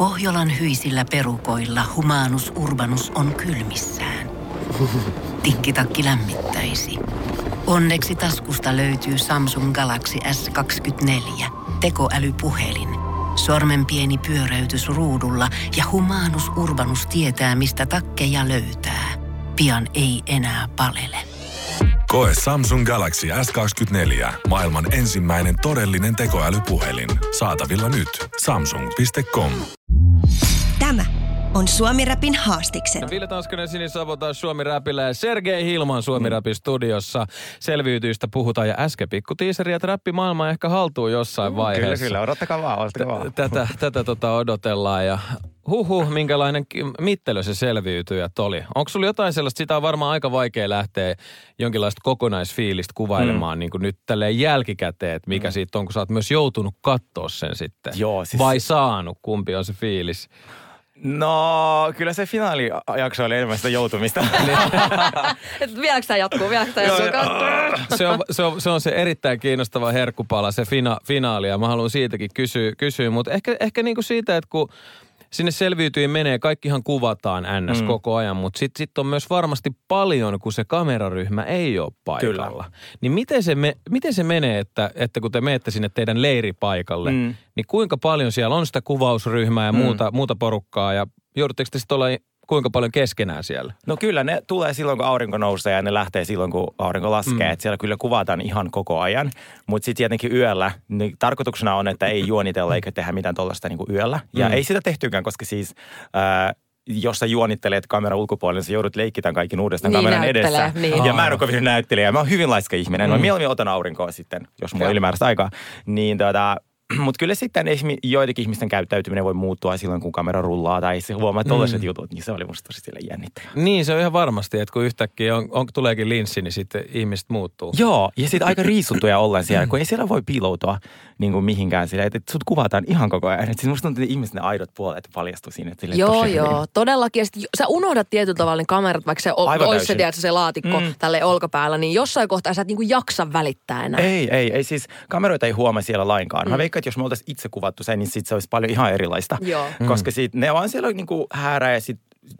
Pohjolan hyisillä perukoilla Humanus Urbanus on kylmissään. Tikkitakki lämmittäisi. Onneksi taskusta löytyy Samsung Galaxy S24, tekoälypuhelin. Sormen pieni pyöräytys ruudulla ja Humanus Urbanus tietää, mistä takkeja löytää. Pian ei enää palele. Koe Samsung Galaxy S24. Maailman ensimmäinen todellinen tekoälypuhelin. Saatavilla nyt. Samsung.com. Tämä on Suomi-räpin haastikset. Ville Tanskanen, Sinisabotage Suomi-räpillä ja Sergei Hilman Suomi-räpin studiossa. Selviytyistä puhutaan ja äsken pikku tiiseri, että räppimaailma ehkä haltuu jossain vaiheessa. Kyllä, odottakaa vaan. Tätä odotellaan ja minkälainen mittelö se selviytyjät oli. Onko sulla jotain sellaista, sitä on varmaan aika vaikea lähteä jonkinlaista kokonaisfiilistä kuvailemaan niin kuin nyt tälleen jälkikäteen, että mikä siitä on, kun sä oot myös joutunut katsoa sen sitten. Joo, siis... Vai saanut, kumpi on se fiilis? No, kyllä se finaalijakso oli enemmän sitä joutumista. Vieläkö tämä jatkuu? Se on se erittäin kiinnostava herkkupala, se finaali, ja mä haluan siitäkin kysyä, mutta ehkä niinku siitä, että kun sinne selviytyihin menee, kaikkihan kuvataan NS koko ajan, mutta sitten on myös varmasti paljon, kun se kameraryhmä ei ole paikalla. Kyllä. Niin miten se menee, että kun te menette sinne teidän leiripaikalle, niin kuinka paljon siellä on sitä kuvausryhmää ja muuta porukkaa, ja joudutteko te sitten olla kuinka paljon keskenään siellä? No kyllä, ne tulee silloin, kun aurinko nousee ja ne lähtee silloin, kun aurinko laskee. Että siellä kyllä kuvataan ihan koko ajan. Mutta sitten tietenkin yöllä, niin tarkoituksena on, että ei juonitella eikä tehdä mitään tuollaista niin kuin yöllä. Ja ei sitä tehtykään, koska siis... jos sä juonittelet kameran ulkopuolella, niin sä joudut leikkitään kaikki uudestaan kameran edessä. Niin. Ja mä en ole kovin näyttelijä. Mä oon hyvin laiska ihminen. Mä mieluummin otan aurinkoa sitten, jos mulla on ylimääräistä aikaa. Niin mutta kyllä sitten joidenkin ihmisten käyttäytyminen voi muuttua silloin, kun kamera rullaa tai se huomaa tollaiset jutut, niin se oli musta tosi silleen jännittävää. Niin, se on ihan varmasti, että kun yhtäkkiä tuleekin linssi, niin sitten ihmiset muuttuu. Joo, ja sitten aika riisuttuja ollen siellä, kun ei siellä voi piiloutua niin kuin mihinkään sillä, että sut kuvataan ihan koko ajan. Siis musta tuntuu, että ihmisten aidot puolet paljastuu siinä. Joo, todellakin. Ja sit, sä unohdat tietyllä tavalla ne kamerat, vaikka se olisi se, tiedätkö, se laatikko tälle olkapäällä, niin jossain kohtaa sä et niinku jaksa välittää enää. Ei, siis kameroita ei huomaa siellä lainkaan. Mä veikkaan, että jos me oltaisiin itse kuvattu sen, niin sit se olisi paljon ihan erilaista. Joo. Koska ne vaan siellä niinku häärää ja sit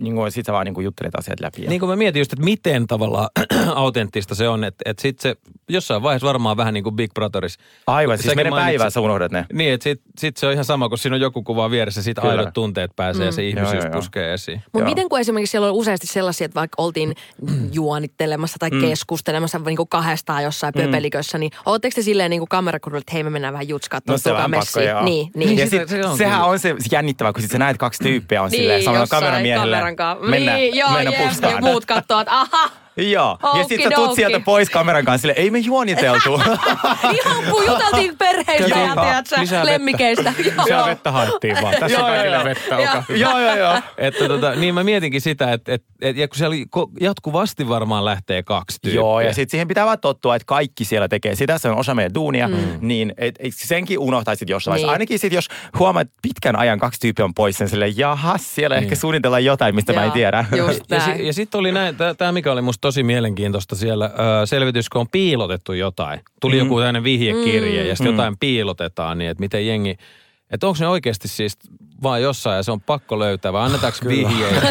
sä vaan niinku juttelet asiat läpi. Niin kuin mä mietin just, että miten tavallaan autenttista se on, että sit se jossain vaiheessa varmaan vähän niin kuin Big Brotherissa. Aivan, siis meidän päivää sä unohdat ne. Niin, että sit se on ihan sama, kun siinä on joku kuva vieressä, sit aidot tunteet pääsee ja se ihmisyys puskee esiin. Mutta miten kun esimerkiksi siellä on useasti sellaisia, että vaikka oltiin juonittelemassa tai keskustelemassa niin kuin kahdestaan jossain pöpelikössä, niin ootteko te silleen niin kuin kamerakurville, että hei me mennään vähän jutskaat tuossa messiin? Niin. Ja sehän on se jännittävää, kun sit sä näet kaksi tyyppiä on silleen samalla kameramiehellä. Mennä pustaan. Ja muut katsoo, että aha. Joo, ja sit sä tuut sieltä pois kameran kanssa silleen, ei me juoniteltu. Ihan juteltiin perheistä ja tiedätkö, lemmikeistä. Lisää vettä haettiin vaan. Tässä on kaikille vettä. Joo. Että niin mä mietinkin sitä, että kun siellä jatkuvasti varmaan lähtee kaksi tyyppiä. Joo, ja sit siihen pitää vaan tottua, että kaikki siellä tekee sitä. Se on osa meidän duunia, niin senkin unohtaisit jossain vaiheessa. Ainakin sit, jos huomaat, että pitkän ajan kaksi tyyppiä on pois, sen silleen, jahas, siellä ehkä suunnitellaan jotain, mistä mä en tiedä. Ja sit oli näin, tämä mikä oli musta tosi mielenkiintoista siellä selvitys, kun on piilotettu jotain. Tuli joku tämmöinen vihjekirje ja sitten jotain piilotetaan, niin että miten jengi, että onko ne oikeasti siis vaan jossain ja se on pakko löytää vai annetaanko vihjeitä?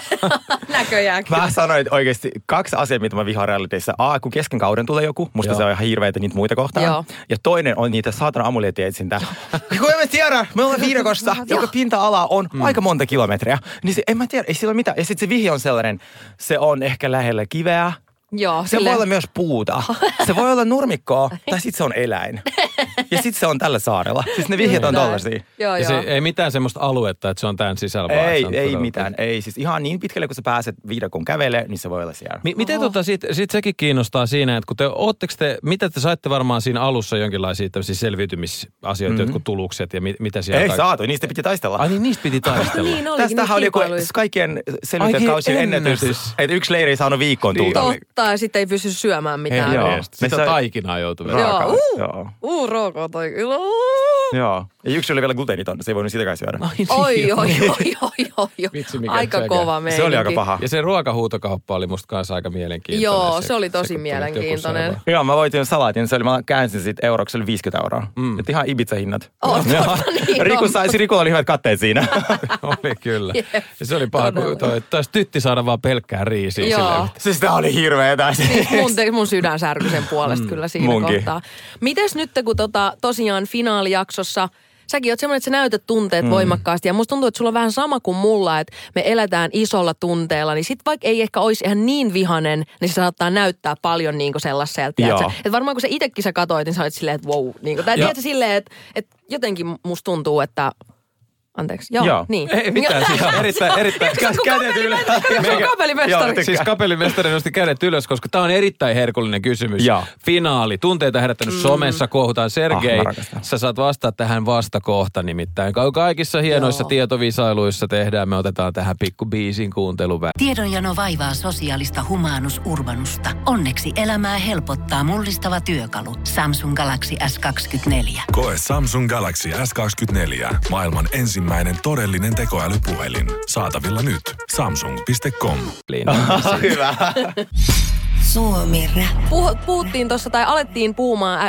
Näköjääkin. Mä sanoin oikeasti 2 asiaa, mitä mä vihaan realiteissa. Kun kesken kauden tulee joku, musta se on ihan hirveitä niitä muita kohtaan. Joo. Ja toinen on niitä saatana amuleettien etsintä. Kun en mä tiedä, me ollaan viidakossa, joka pinta-ala on aika monta kilometriä. Niin en mä tiedä, ei sillä ole mitään. Ja sitten se vihje on sellainen, se on ehkä lähellä kiveä. Joo, se voi olla myös puuta. Se voi olla nurmikkoa, tai sitten se on eläin. Ja sitten se on tällä saarella. Siis ne vihjeet on tollaisia. Ja se, ei mitään semmoista aluetta, että se on tämän sisällä. Ei mitään. Ei, siis ihan niin pitkälle, kun sä pääset viidakon kävelee, niin se voi olla siellä. Miten sit sekin kiinnostaa siinä, että kun mitä te saitte varmaan siinä alussa jonkinlaisia tämmöisiä selviytymisasioita, jotkut tulukset ja mitä siellä... Ei saatu, niistä piti taistella. Ai niin, niistä piti taistella. Niin tästähän oli joku kaikkien selviytyjäkausien ennätys. Että yksi leiri ei saanut viikkoon tulta. Ja sitten ei pysty syömään mitään. Sitä taikinaa joutui. Minun ruokaa toi kyllä. Joo. Ja yksi oli vielä gluteeniton, se ei voinut sitäkään syödä. Oi. Vitsi, mikä aika sekä. kova meininki. Se oli aika paha. Ja se ruokahuutokauppa oli musta kanssa aika mielenkiintoinen. Joo, se oli tosi mielenkiintoinen. Joo, mä voitin salaatin, mä käänsin sit euroksi, se oli 50 €. Että ihan Ibiza-hinnat. Rikulla oli hyvät katteet siinä. Oli kyllä. Ja se oli paha, kun taisi tytti saada vaan pelkkää riisiä. Joo. Siis tää oli hirveetä. Siis mun sydän särky sen puolesta kyllä siinä kohtaa. Mites nyt, kun tosiaan finaalijaksossa säkin oot semmoinen, että sä näytät tunteet voimakkaasti ja musta tuntuu, että sulla on vähän sama kuin mulla, että me eletään isolla tunteella, niin sit vaikka ei ehkä olisi ihan niin vihanen, niin se saattaa näyttää paljon niinku sellaiselta. Että varmaan kun sä itekin sä katoit, niin sä olit silleen, että wow. Niinku, tai tiedätkö silleen, että jotenkin musta tuntuu, että anteeksi. Joo. Niin. Ei mitään, siis erittäin. Kädet ylös. Kapellimestari. Siis kapellimestari nosti kädet ylös, koska tää on erittäin herkullinen kysymys. Joo. Finaali. Tunteita herättänyt somessa, kohutaan. Sergei, sä saat vastata tähän vastakohta nimittäin. Kaikissa hienoissa tietovisailuissa tehdään. Me otetaan tähän pikku biisin kuunteluväliin. Tiedonjano vaivaa sosiaalista humanus urbanusta. Onneksi elämää helpottaa mullistava työkalu. Samsung Galaxy S24. Koe Samsung Galaxy S24. Maailman ensimmäinen todellinen tekoälypuhelin. Saatavilla nyt. Samsung.com. Hyvä. Suomi Rap. Puhuttiin tuossa, tai alettiin puhumaan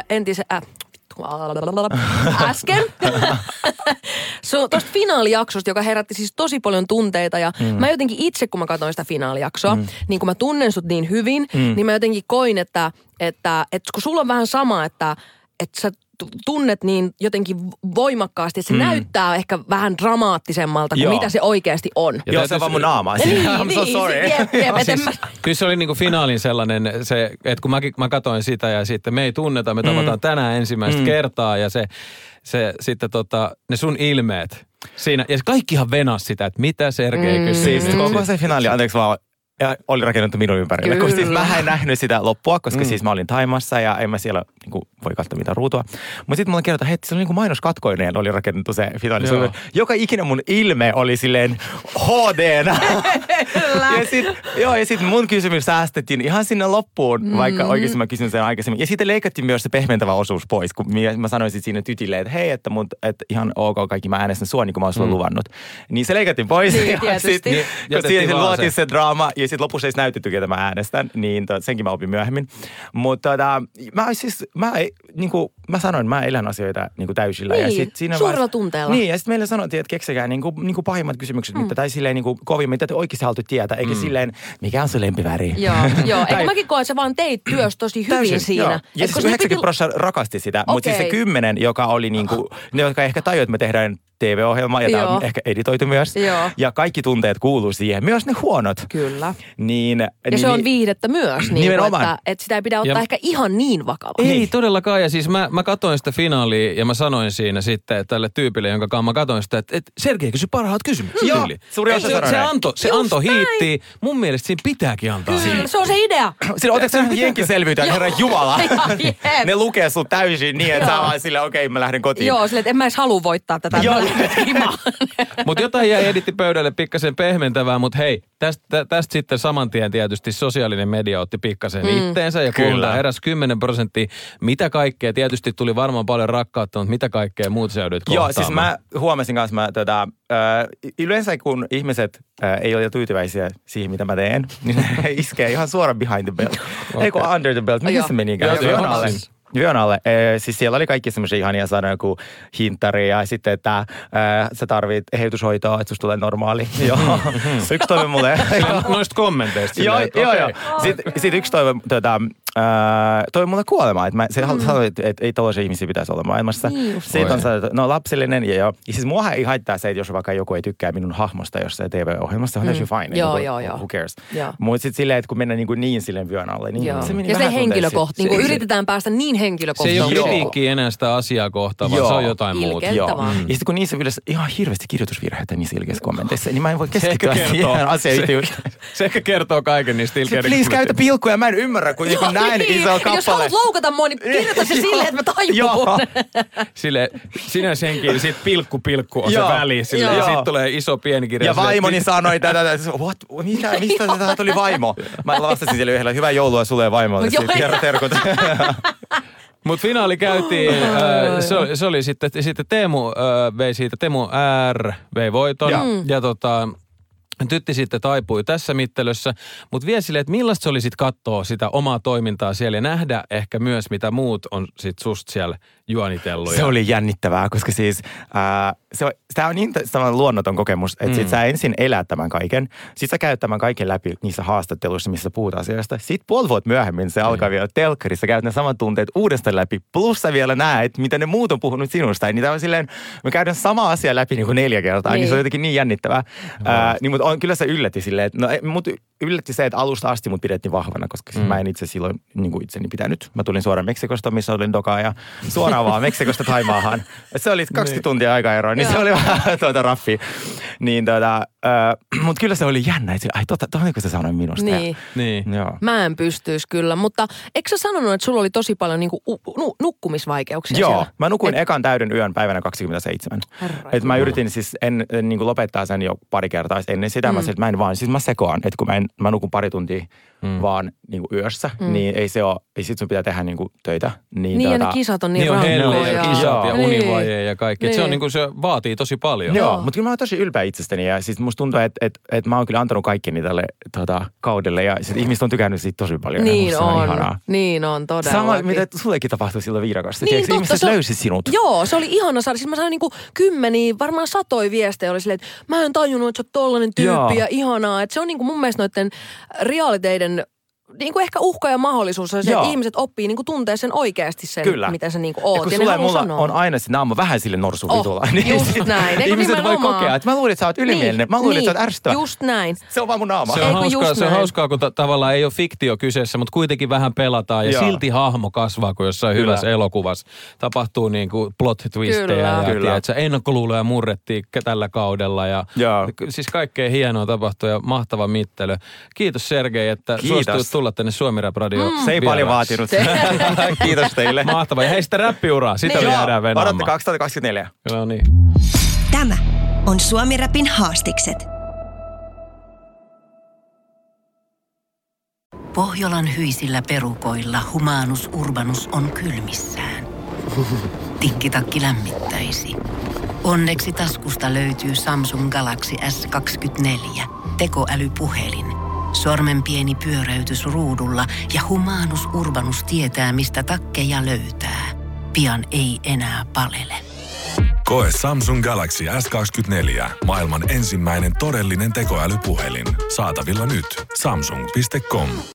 äsken tuosta finaalijaksosta, joka herätti siis tosi paljon tunteita. Ja mä jotenkin itse, kun mä katsoin sitä finaalijaksoa, niin kun mä tunnen sut niin hyvin, niin mä jotenkin koin, että kun sulla on vähän sama, että sä tunnet niin jotenkin voimakkaasti, että se näyttää ehkä vähän dramaattisemmalta kuin mitä se oikeasti on. Joo, se on vaan mun naama. I'm so sorry. Kyllä se oli niinku finaalin sellainen, että kun mä katsoin sitä ja sitten me ei tunneta, me tavataan tänään ensimmäistä kertaa ja se sitten ne sun ilmeet siinä. Ja kaikkihan venasi sitä, että mitä Sergei kysyy. Siis koko se finaali, anteeksi vaan, ja oli rakennettu minun ympärille. Koska siis mä en nähnyt sitä loppua, koska siis mä olin Taimassa ja en mä siellä voi katsoa mitään ruutua. Mutta sitten mulla kerrotaan, että se oli mainoskatkoineen oli rakennettu se finaali. Joka ikinä mun ilme oli silleen HD-nä. ja sit mun kysymys säästettiin ihan sinne loppuun, vaikka oikeasti mä kysyn sen aikaisemmin. Ja sitten leikattiin myös se pehmentävä osuus pois, kun mä sanoin siinä tytille, että hei, että ihan ok kaikki, mä äänestän sua, niin kuin mä oon sulle luvannut. Niin se leikattiin pois. Niin, tietysti. Kun siihen luotiin se draama. Ja sitten lopussa ei näytetty, ketä mä äänestän, niin senkin mä opin myöhemmin. Mutta mä sanoin, mä elän asioita täysillä. Niin, ja sit siinä suurella tunteella. Niin, ja sitten meille sanottiin, että keksikää pahimmat kysymykset, tai silleen kovimmin, mitä te oikeasti haluatte tietää, eikä silleen, mikä on sun lempiväri. Joo. Eikä mäkin koen, että sä vaan teit työstä tosi hyvin siinä. Joo. Ja siis 90% rakasti sitä, mutta siis se 10, joka oli ne, jotka ehkä tajui, että me tehdään TV-ohjelma, ja tämä on ehkä editoitu myös. Joo. Ja kaikki tunteet kuuluu siihen, myös ne huonot. Kyllä. Ja se on viihdettä myös, että sitä ei pidä ottaa ehkä ihan niin vakavasti. Ei todellakaan, ja siis mä katoin sitä finaalia, ja mä sanoin siinä sitten tälle tyypille, jonka kanssa mä katoin sitä, että Sergei kysyi parhaat kysymykset. Joo, se antoi hiittiä. Mun mielestä siinä pitääkin antaa hiittiä. Se on se idea. Siinä otatko sä jenkiselvyytään, herran jumala. Ne lukee sun täysin niin, että sä vaan silleen, okei, mä lähden kotiin. Joo, silleen, että en mä edes halua voittaa tätä. Mutta jotain jäi editti pöydälle pikkasen pehmentävää, mutta hei, tästä sitten saman tien tietysti sosiaalinen media otti pikkasen itteensä ja puhutaan eräs 10%. Mitä kaikkea, tietysti tuli varmaan paljon rakkautta, mutta mitä kaikkea muut sä joudut kohtaamaan? Joo, siis mä huomasin kanssa, yleensä kun ihmiset ei ole tyytyväisiä siihen, mitä mä teen, niin ne iskee ihan suoraan behind the belt. Ei kun under the belt, mihin se menikään? Vyön alle. Siis siellä oli kaikki semmoisia ihania sanoja kuin hintari ja sitten, että sä tarvit eheytyshoitoa, että susta tulee normaali. Joo. Yksi toive mulle. Noista kommenteista. Joo. Sitten yksi toive mulle kuolemaa. Se sanoi, että ei tällaisia ihmisiä pitäisi olla maailmassa. Sitten on sanonut, että no lapsellinen ja siis mua ei haittaa se, että jos vaikka joku ei tykkää minun hahmosta jossain TV-ohjelmassa, on täysin fine. Joo. Who cares? Mutta sitten silleen, että kun mennään niin silleen vyön alle, niin se meni ja vähän se henkilökohta, niin yritetään päästä niin henkilökohtaisesti. Se ei ole kritiikkiä enää sitä asiaa kohtaan, vaan se on jotain muuta. Ja sitten kun niissä vielä ihan hirveästi kirjoitusvirheitä niissä ilkeissä kommenteissa, niin mä en voi keskittyä siihen asiaan. Se ehkä kertoo kaiken niistä ilkeistä. Please käytä pilkkuja, mä en ymmärrä, kun näin iso kappale. Jos haluat loukata mua, niin kirjoita se silleen, että mä tajun. Silleen, sinä senkin, sit pilkku on se väli. Ja sit tulee iso pieni kirja. Ja vaimoni sanoi tätä, what? Mistä tätä tuli vaimo? Mä vastasin siellä yhdellä, hyvää joulua sulle ja vaimolle. Kerro terkut. Mutta finaali käytiin, se oli sitten Teemu vei siitä, Teemu R vei voiton ja Tytti sitten taipui tässä mittelössä, mutta vielä silleen, että millaista se oli sitten katsoa sitä omaa toimintaa siellä ja nähdä ehkä myös, mitä muut on sitten susta siellä juonitellut. Se oli jännittävää, koska siis tämä on niin luonnoton kokemus, että sit sä ensin elät tämän kaiken, sit sä käyt tämän kaiken läpi niissä haastatteluissa, missä puhutaan asiasta. Sitten puoli vuotta myöhemmin se alkaa vielä telkkarissa, käyt ne samat tunteet uudestaan läpi, plus sä vielä näet, mitä ne muut on puhunut sinusta. Niin tämä on silleen, me käydään sama asia läpi niin kuin 4 kertaa, niin se on jotenkin niin jännittävää. Mutta kyllä se yllätti silleen, että mut yllätti se, että alusta asti mut pidettiin vahvana, koska siis mä en itse silloin niin kuin itseni pitänyt. Mä tulin suoraan Meksikosta, missä olin dokaa ja suoraan vaan Meksikosta Taimaahan. Se oli 20 tuntia aikaeroa, niin se oli vähän raffi. Niin mutta kyllä se oli jännä, että tohon se sanoi minusta. Niin. Mä en pystyisi kyllä, mutta eikö sä sanonut, että sulla oli tosi paljon niinku nukkumisvaikeuksia Joo, siellä? mä nukuin ekan täyden yön päivänä 27. Että mä yritin siis niin kuin lopettaa sen jo pari kertaa ennen sitä. Mä en vaan, siis mä sekoan, että kun mä nukun pari tuntia vaan niin kuin yössä, niin ei sit sun pitää tehdä niin kuin töitä. Niin ja ne kisat on niin rankkoja. Niin on helle ja kisat ja univaje ja kaikki. Se on niin kuin se vaatii tosi paljon. Joo, mutta kyllä mä oon tosi ylpeä itsestäni ja siis musta tuntuu, että mä oon kyllä antanut kaikkeni tälle kaudelle ja sit ihmiset on tykännyt siitä tosi paljon. Niin on todella. Sama, mitä sullekin tapahtui silloin Viidakossa. Niin, ihmiset löysi sinut. Joo, se oli ihana saada. Siis mä sain niinku 10, varmaan 100 viestejä oli silleen, että mä en tajunnut, että sä oot tollainen tyyppi ja ihanaa. Että se on niinku mun mielestä noiden realiteiden niinku ehkä uhka ja mahdollisuus on se, että ihmiset oppii niinku tuntee sen oikeasti sen, mitä sä niinku oot. Ja kun sulla mulla on aina se naama vähän sille norsuvitulla. Just näin. Ihmiset voi kokea, että mä luulin, että sä oot ylimielinen. Mä luulin, että sä oot ärsyttävä. Just näin. Se on vaan mun naama. Se on hauskaa, kun tavallaan ei ole fiktio kyseessä, mutta kuitenkin vähän pelataan ja silti hahmo kasvaa, kun jossain hyvässä elokuvassa tapahtuu niinku plot twistejä ja että ennakkoluuloja murrettiin tällä kaudella ja siis kaikkea hienoa tapahtui ja mahtava mittelö. Kiitos Sergei, että suostuit tulla tänne Suomi Rap Radio. Se ei paljon vaatinut. Kiitos teille. Mahtavaa. Ja hei sitä räppiuraa. Sitä oli jäädään venaamaan. Odotte 2024. No niin. Tämä on Suomi Rapin haastikset. Pohjolan hyisillä perukoilla Humanus Urbanus on kylmissään. Tikkitakki lämmittäisi. Onneksi taskusta löytyy Samsung Galaxy S24. Tekoälypuhelin. Sormen pieni pyöräytys ruudulla ja Humanus Urbanus tietää, mistä takkeja löytää. Pian ei enää palele. Koe Samsung Galaxy S24. Maailman ensimmäinen todellinen tekoälypuhelin. Saatavilla nyt. Samsung.com.